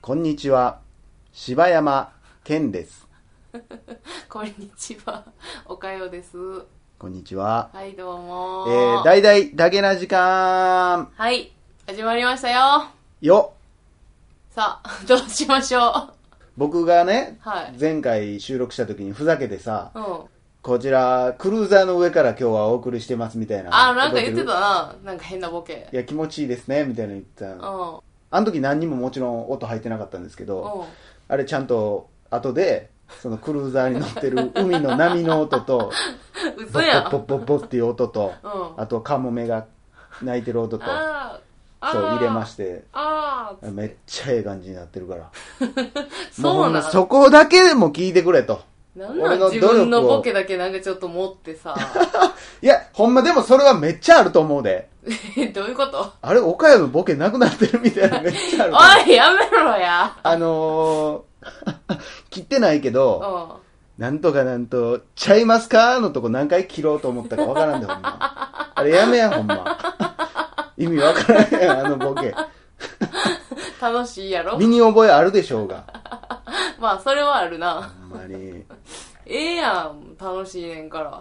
こんにちは、柴山健です。 こんにちは、おかよです。 こんにちは。 はい、どうも大々だけな時間。 はい、始まりましたよ。 よ。 さあ、どうしましょう。 僕がね、 はい、 前回収録した時にふざけてさ、 うん。 こちらクルーザーの上から今日はお送りしてますみたいな。 なんか言ってたな。なんか変なボケ。 いや、気持ちいいですねみたいな言ってた。 うん。 あの時何にももちろん音入ってなかったんですけど、あれちゃんと後でそのクルーザーに乗ってる海の波の音と嘘やん。 ボッボッボッボッっていう音と、 うん、 あとカモメが鳴いてる音と、そう入れまして、めっちゃええ感じになってるからそうなん。 そこだけでも聞いてくれと。 なんなん自分のボケだけなんかちょっと持ってさいやほんまでもそれはめっちゃあると思うで。 どういうこと？ あれ岡山のボケなくなってるみたいなめっちゃある。 おいやめろや。 切ってないけど、なんとかなんとちゃいますかのとこ何回切ろうと思ったかわからんでほんま。あれやめやほんま。意味わからんやんあのボケ。 楽しいやろ。 身に覚えあるでしょうが。 まあそれはあるな。 ほんまに。 ええやん、楽しいねんから。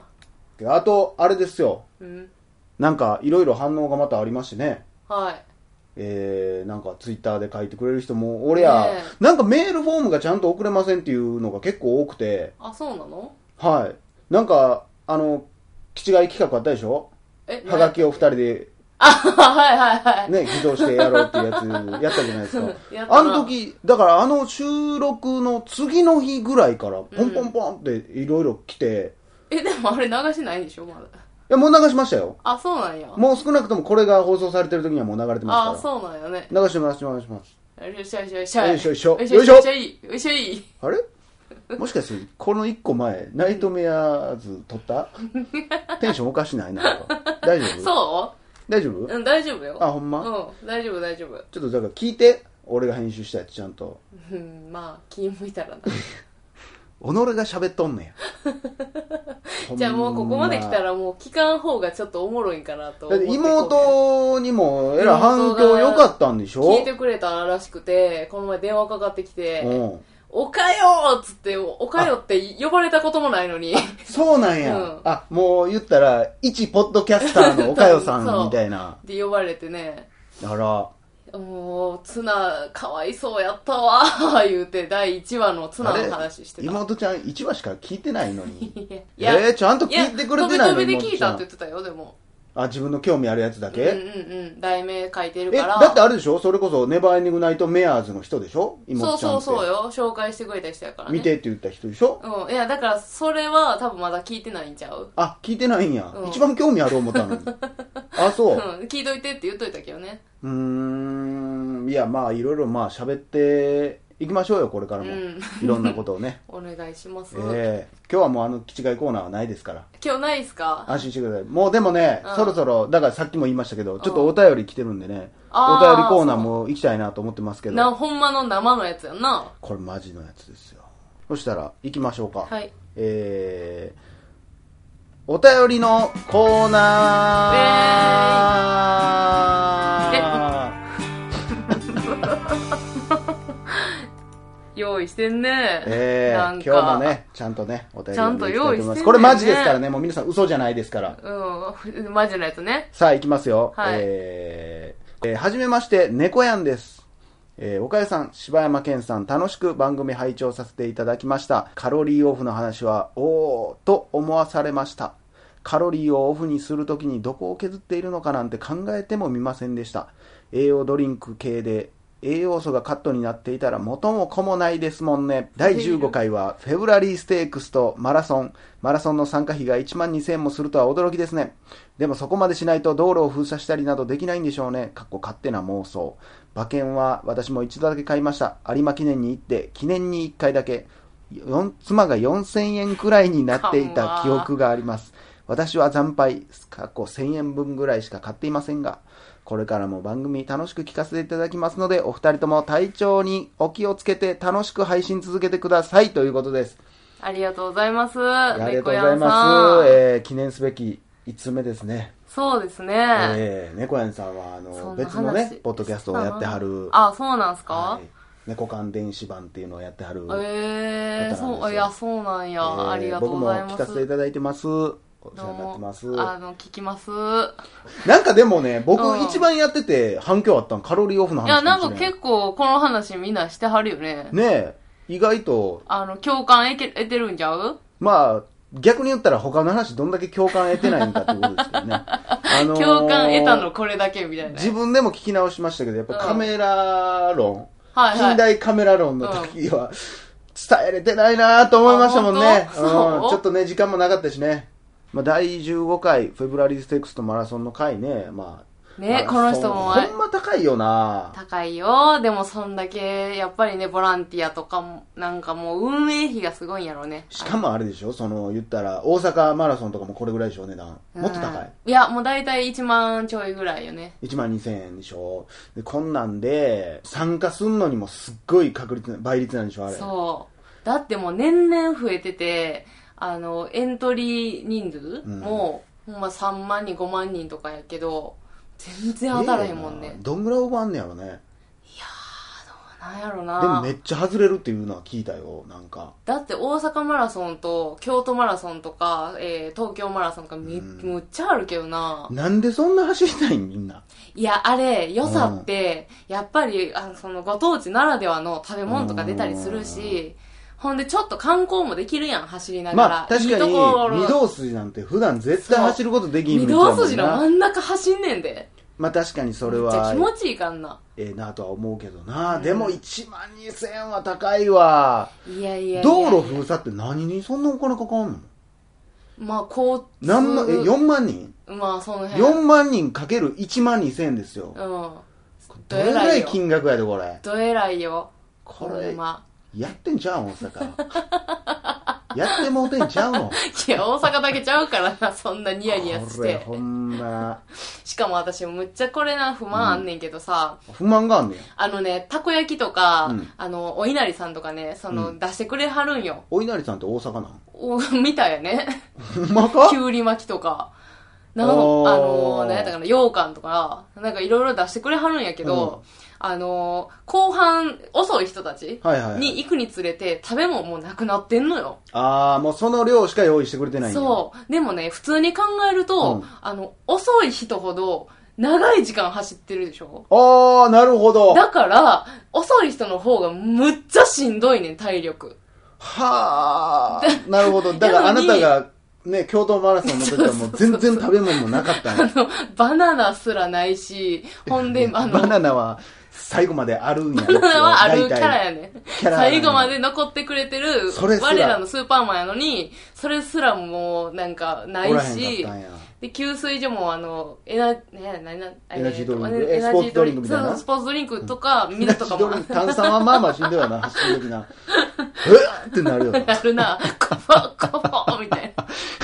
あとあれですよ。 うん。 なんかいろいろ反応がまたありましてね。 はい。 なんかツイッターで書いてくれる人も俺や、なんかメールフォームがちゃんと送れませんっていうのが結構多くて。 あ、そうなの？ はい。なんか気違い企画あったでしょ。はがきを2人ではいはいはいね偽造してやろうっていうやつやったじゃないですかあの時だから収録の次の日ぐらいからポンポンポンっていろいろ来て、 でもあれ流しないんでしょまだ。いやもう流しましたよ。 あ、そうなんや。 もう少なくともこれが放送されてる時にはもう流れてますから。 あ、そうなんやね。 流してます流してます。 よいしょよいしょよいしょよいしょよいしょよいしょよいしょ。 あれもしかしてこの1個前ナイトメアーズ撮ったテンションおかしないなんか大丈夫？ そう大丈夫？ うん、大丈夫よ。 あ、ほんま？ うん、大丈夫大丈夫。 ちょっとだから聞いて、俺が編集したやつちゃんと。 うん、まあ気向いたらな。 己が喋っとんねん。じゃあもうここまで来たらもう聞かん方がちょっとおもろいんかなと思って。 だって妹にもえらい反響良かったんでしょ？ 聞いてくれたらしくて、この前電話かかってきて、おかよーっつって、おかよって呼ばれたこともないのに。 そうなんや。もう言ったら、一ポッドキャスターのおかよさんみたいな。 で呼ばれてね。 あら。 もう、ツナ、かわいそうやったわー言うて、第1話のツナの話してた。 妹ちゃん1話しか聞いてないのに。 いやちゃんと聞いてくれてないの？ 飛び飛びで聞いたって言ってたよ、でも。 自分の興味あるやつだけ？ 題名書いてるから。 だってあれでしょ？それこそネバーエンディングナイトメアーズの人でしょ？妹ちゃんって。 そうよ。紹介してくれた人やからね。 見てって言った人でしょ？ いや、だからそれは多分まだ聞いてないんちゃう？ 聞いてないんや。一番興味ある思ったのに。そう。 聞いといてって言っといたけどね。 いや、まあいろいろ喋っていきましょうよ、これからも。いろんなことをね。 お願いします。 今日はもう気違いコーナーはないですから。 今日ないっすか？ 安心してください。もうでもね、そろそろ、だからさっきも言いましたけど、ちょっとお便り来てるんでね、お便りコーナーも行きたいなと思ってますけど。 ほんまの生のやつやんな。 これマジのやつですよ。そしたら、行きましょうか。 はい。 お便りのコーナー用意してんね。 今日もね、ちゃんとね、お便りちゃんと用意してんね。 これマジですからね、もう皆さん嘘じゃないですから。 マジのやつね。 さあ、行きますよ。 はい。 はじめまして、猫やんです。岡谷さん、柴山健さん、楽しく番組拝聴させていただきました。カロリーオフの話は、おーと思わされました。カロリーをオフにするときにどこを削っているのかなんて考えてもみませんでした。栄養ドリンク系で栄養素がカットになっていたら元も子もないですもんね。第15回はフェブラリーステークスとマラソンの参加費が12000円もするとは驚きですね。でもそこまでしないと道路を封鎖したりなどできないんでしょうね。勝手な妄想。馬券は私も一度だけ買いました。有馬記念に行って記念に1回だけ妻が4000円くらいになっていた記憶があります。私は惨敗、1000円分ぐらいしか買っていませんが、これからも番組楽しく聞かせていただきますので、お二人とも体調にお気をつけて楽しく配信続けてくださいということです。 ありがとうございます。 ありがとうございます。記念すべき1通目ですね。 そうですね。 猫やんさんは別のねポッドキャストをやってはる。 あ、そうなんすか？はい、 猫缶電子版っていうのをやってはる方なんですよ。 そう、いや、そうなんや。ありがとうございます。 僕も聞かせていただいてます。お世話になってます。 聞きます。 なんかでもね、僕一番やってて反響あったのカロリーオフの話いや、なんか結構この話みんなしてはるよね。 ねえ、意外と。 共感得てるんちゃう？ まあ、逆に言ったら他の話どんだけ共感得てないんかってことですけどね。 共感得たのこれだけみたいな、ね。 自分でも聞き直しましたけど、やっぱカメラ論、 はいはい、 近代カメラ論の時は、伝えれてないなと思いましたもんね。ちょっとね、時間もなかったしね。まあ、第15回、フェブラリーステークスとマラソンの回ね、まあ、 ね、この人もほんま高いよな。 高いよ。でもそんだけやっぱりね、ボランティアとかもなんかもう運営費がすごいんやろうね。 しかもあれでしょ、言ったら大阪マラソンとかもこれぐらいでしょ、値段。もっと高い。 いや、もう大体1万ちょいぐらいよね。 1万2000円でしょ。でこんなんで参加すんのにもすっごい倍率なんでしょ、あれ。 そう。だってもう年々増えてて、エントリー人数も、ほんま3万人5万人とかやけど、全然当たらへんもんね。 どんぐらいオーバーあんねやろね。 いやー、どうなんやろな。 でもめっちゃ外れるっていうのは聞いたよ、なんか。 だって大阪マラソンと京都マラソンとか、東京マラソンとかむっちゃあるけどな。 なんでそんな走りたいんみんな。 いや、あれ、良さって、やっぱり、そのご当地ならではの食べ物とか出たりするし、ほんでちょっと観光もできるやん、走りながら。 まあ確かに、御堂筋なんて普段絶対走ることできん道やもんな。御堂筋の真ん中走んねんで。 まあ確かにそれは。 めっちゃ気持ちいいかんな。 なとは思うけどな。でも1万2000円は高いわ。 いやいやいや。 道路封鎖って何にそんなお金かかんの？ まあ交通。 4万人？ まあその辺。 4万人かける1万2000円ですよ。どれぐらい金額やでこれ。 どえらいよ。 これ。やってんちゃう大阪。やってもうてんちゃうの。 いや、大阪だけちゃうからな、そんなニヤニヤして。 これほんま。 しかも私むっちゃこれな、不満あんねんけどさ。 不満があんねん。 たこ焼きとか、お稲荷さんとかね、出してくれはるんよ。 お稲荷さんって大阪なんみたいやね。 ほんまか？ きゅうり巻きとか。なんやったかな、羊羹とか、なんかいろいろ出してくれはるんやけど、後半遅い人たちに行くにつれて食べ物もうなくなってんのよ。 ああ、もうその量しか用意してくれてないんや。 そう。でもね、普通に考えると、遅い人ほど長い時間走ってるでしょ。 ああ、なるほど。 だから、遅い人の方がむっちゃしんどいねん、体力。 はあ、なるほど。だからあなたが、ね、京都マラソンの時はもう全然食べ物もなかったんや。 バナナすらないし、ほんで、 バナナは最後まであるんや。 バナナはあるキャラやね。最後まで残ってくれてる、我らのスーパーマンやのに、それすらもなんかないし、で、給水所もエナジードリンク、 スポーツドリンクみたいな。 スポーツドリンクとか、水とかも。 炭酸はまあまあしんどいわな、走る時な。ってなるよな。 なるな。カファカファみたいな。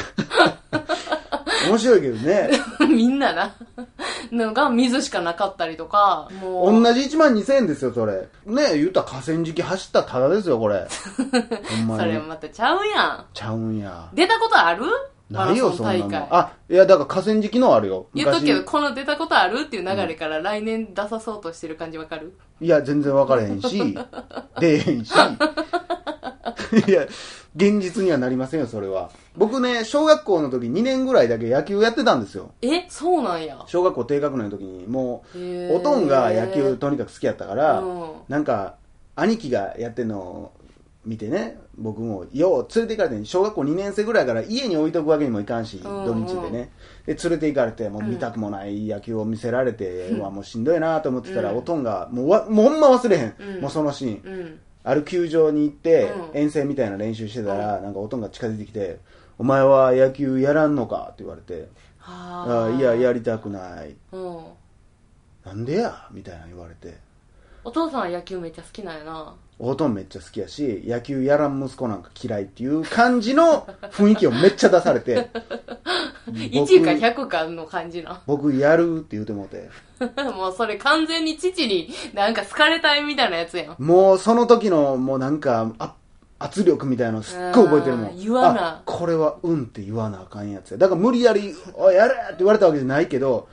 面白いけどね。 みんなな。のが水しかなかったりとか、 もう。同じ1万2000円ですよ、それ。ねえ、言うたら河川敷走ったらタダですよ、これ。 ほんまに。それまたちゃうやん。 ちゃうんや。 出たことある？ ないよ、そんなもん。あ、いや、だから河川敷のあるよ。 言っとくけど、この出たことあるっていう流れから来年出さそうとしてる感じわかる？ いや、全然わからへんし、出へんし。いや、現実にはなりませんよ、それは。僕ね、小学校の時2年ぐらいだけ野球やってたんですよ。 そうなんや。 小学校低学年の時に、もう、おとんが野球とにかく好きやったから、なんか、兄貴がやってんのを見てね、僕も、よう連れて行かれて、小学校2年生ぐらいから家に置いとくわけにもいかんし、土日でね。で、連れて行かれて、もう見たくもない野球を見せられて、もうしんどいなと思ってたら、おとんが、もうほんま忘れへん。もうそのシーン。ある球場に行って、遠征みたいな練習してたら、なんかおとんが近づいてきて、お前は野球やらんのかって言われて、いや、やりたくない。なんでやみたいな言われて。 お父さんは野球めっちゃ好きなんやな。 おとんめっちゃ好きやし、野球やらん息子なんか嫌いっていう感じの雰囲気をめっちゃ出されて。 1か100かの感じな。 僕やるって言うてもて。 もうそれ完全に父になんか好かれたいみたいなやつやん。 もうその時のもうなんか圧力みたいなのすっごい覚えてるもん。 言わな。 これはって言わなあかんやつや。だから無理やり、おいやれって言われたわけじゃないけど、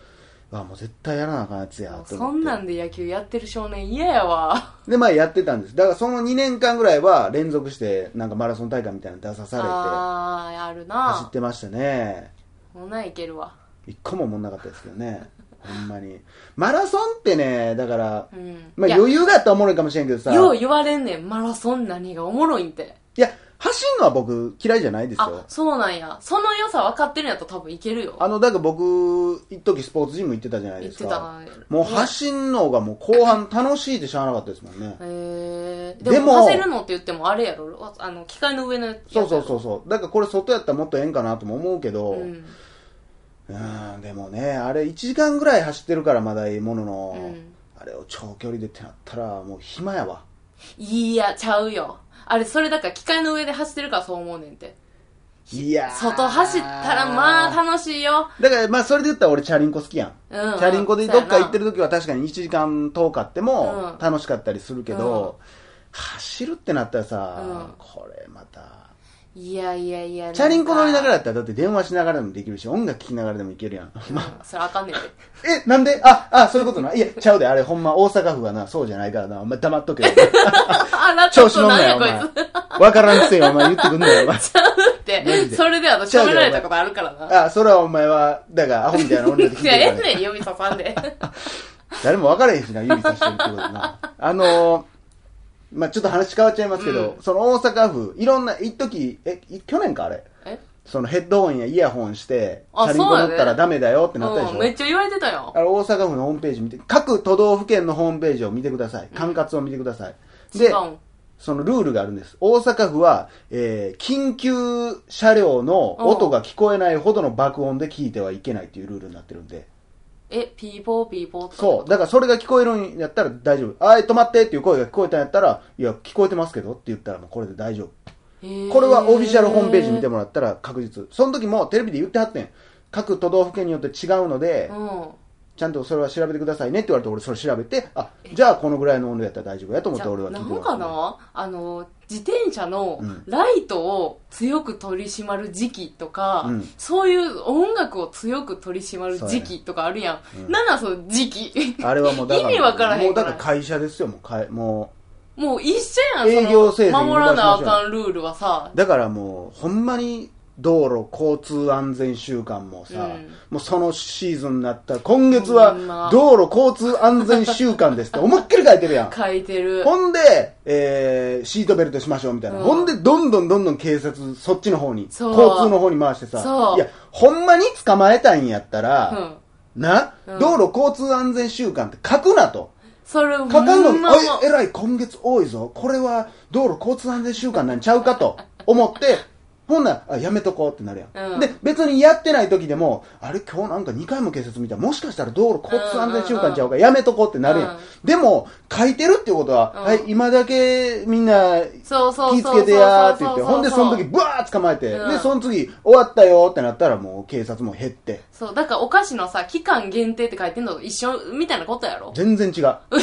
もう絶対やらなあかんやつやと思って。 そんなんで野球やってる少年嫌やわ。 で、まあやってたんです。だからその2年間ぐらいは連続してなんかマラソン大会みたいなの出さされて、 あるな。 走ってましたね。 もうないけるわ。 一個も思んなかったですけどね。ほんまに。マラソンってね、だから、まあ余裕があったらおもろいかもしれんけどさ。 よう言われんねん、マラソン何がおもろいんって。 いや、走るのは僕嫌いじゃないですよ。 そうなんや。その良さ分かってるんやったら多分いけるよ。 だから僕、一時スポーツジム行ってたじゃないですか。もう走んのがもう後半楽しいってしゃあなかったですもんね。 でも走るのって言ってもあれやろ、機械の上のやつ。 そう。だからこれ外やったらもっとええんかなとも思うけど、でもね、あれ1時間ぐらい走ってるからまだいいものの、あれを長距離でってなったらもう暇やわ。 いや、ちゃうよ。あれ、それだから機械の上で走ってるからそう思うねんて。 いや外走ったらまあ楽しいよ。 だからまあそれで言ったら俺チャリンコ好きやん。チャリンコでどっか行ってる時は確かに1時間遠かっても楽しかったりするけど、走るってなったらさ、これまた。 いや。チャリンコ乗りながらだったらだって電話しながらでもできるし、音楽聴きながらでもいけるやん。 それあかんねんで。 なんでそういうことな。いや、ちゃうで、あれほんま大阪府はな、そうじゃないからな。お前黙っとけよ。調子乗んなよ、お前。わからんくせよ、お前言ってくんなよ、お前。 ちゃうって。それで喋られたことあるからな。 それはお前は、だからアホみたいな女で聞いてるから。 いや、ねん、指ささんで。 誰もわからへんしな、指さしてるってことな。まあちょっと話変わっちゃいますけど、その大阪府、いろんな、一時去年かあれ。そのヘッドホンやイヤホンして、チャリンコ乗ったらダメだよってなったでしょ。 めっちゃ言われてたよ。 大阪府のホームページ見て、各都道府県のホームページを見てください。管轄を見てください。で、そのルールがあるんです。大阪府は、緊急車両の音が聞こえないほどの爆音で聞いてはいけないっていうルールになってるんで。 ピーポーピーポーって。 そう。だからそれが聞こえるんやったら大丈夫。止まってっていう声が聞こえたんやったら、いや、聞こえてますけどって言ったらもうこれで大丈夫。これはオフィシャルホームページ見てもらったら確実。その時もテレビで言ってはってん。各都道府県によって違うので、ちゃんとそれは調べてくださいねって言われて俺それ調べて、じゃあこのぐらいの温度やったら大丈夫やと思って俺は聞いてます。 なんかな、自転車のライトを強く取り締まる時期とか、そういう音楽を強く取り締まる時期とかあるやん。なんなんその時期。 あれはもうだから、 意味わからへん。 もうだから会社ですよ、 もう一緒やん、 営業成績守らなあかんルールはさ。 だからもう、ほんまに、道路交通安全週間もさ、もうそのシーズンになったら、今月は道路交通安全週間ですって思いっきり書いてるやん。 書いてる。 ほんで、シートベルトしましょうみたいな。ほんで、どんどん警察、そっちの方に、交通の方に回してさ、いや、ほんまに捕まえたいんやったら、道路交通安全週間って書くなと。 それ書かんのに、えらい今月多いぞ。これは道路交通安全週間なんちゃうかと思って、ほんなら、やめとこうってなるやん。で、別にやってない時でも、あれ今日なんか2回も警察見たら、もしかしたら道路交通安全週間ちゃうからやめとこうってなるやん。でも、書いてるってことは、はい、今だけみんな気ぃつけてやーって言って、ほんでその時ブワー捕まえて、で、その次終わったよってなったらもう警察も減って。 そう、だからお菓子のさ、期間限定って書いてんのと一緒みたいなことやろ？ 全然違う。じゃあ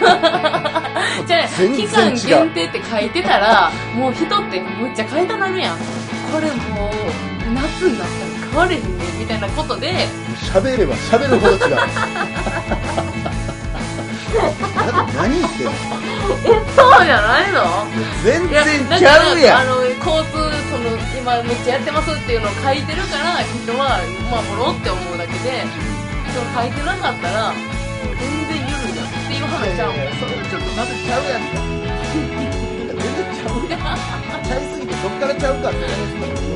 期間限定って書いてたら、もう人ってむっちゃ買いたなるやん。これもう夏になったら買われへんねんみたいなことで喋れば喋るほど違う。何言ってんの？ そうじゃないの？ 全然ちゃうやん。 交通今めっちゃやってますっていうのを書いてるから人はまあもろって思うだけで、その書いてなかったら全然ゆるいやんっていう話ちゃうもん。 それちょっとまずちゃうやんか。全然ちゃうやん。ちゃいすぎてどっからちゃうかって話。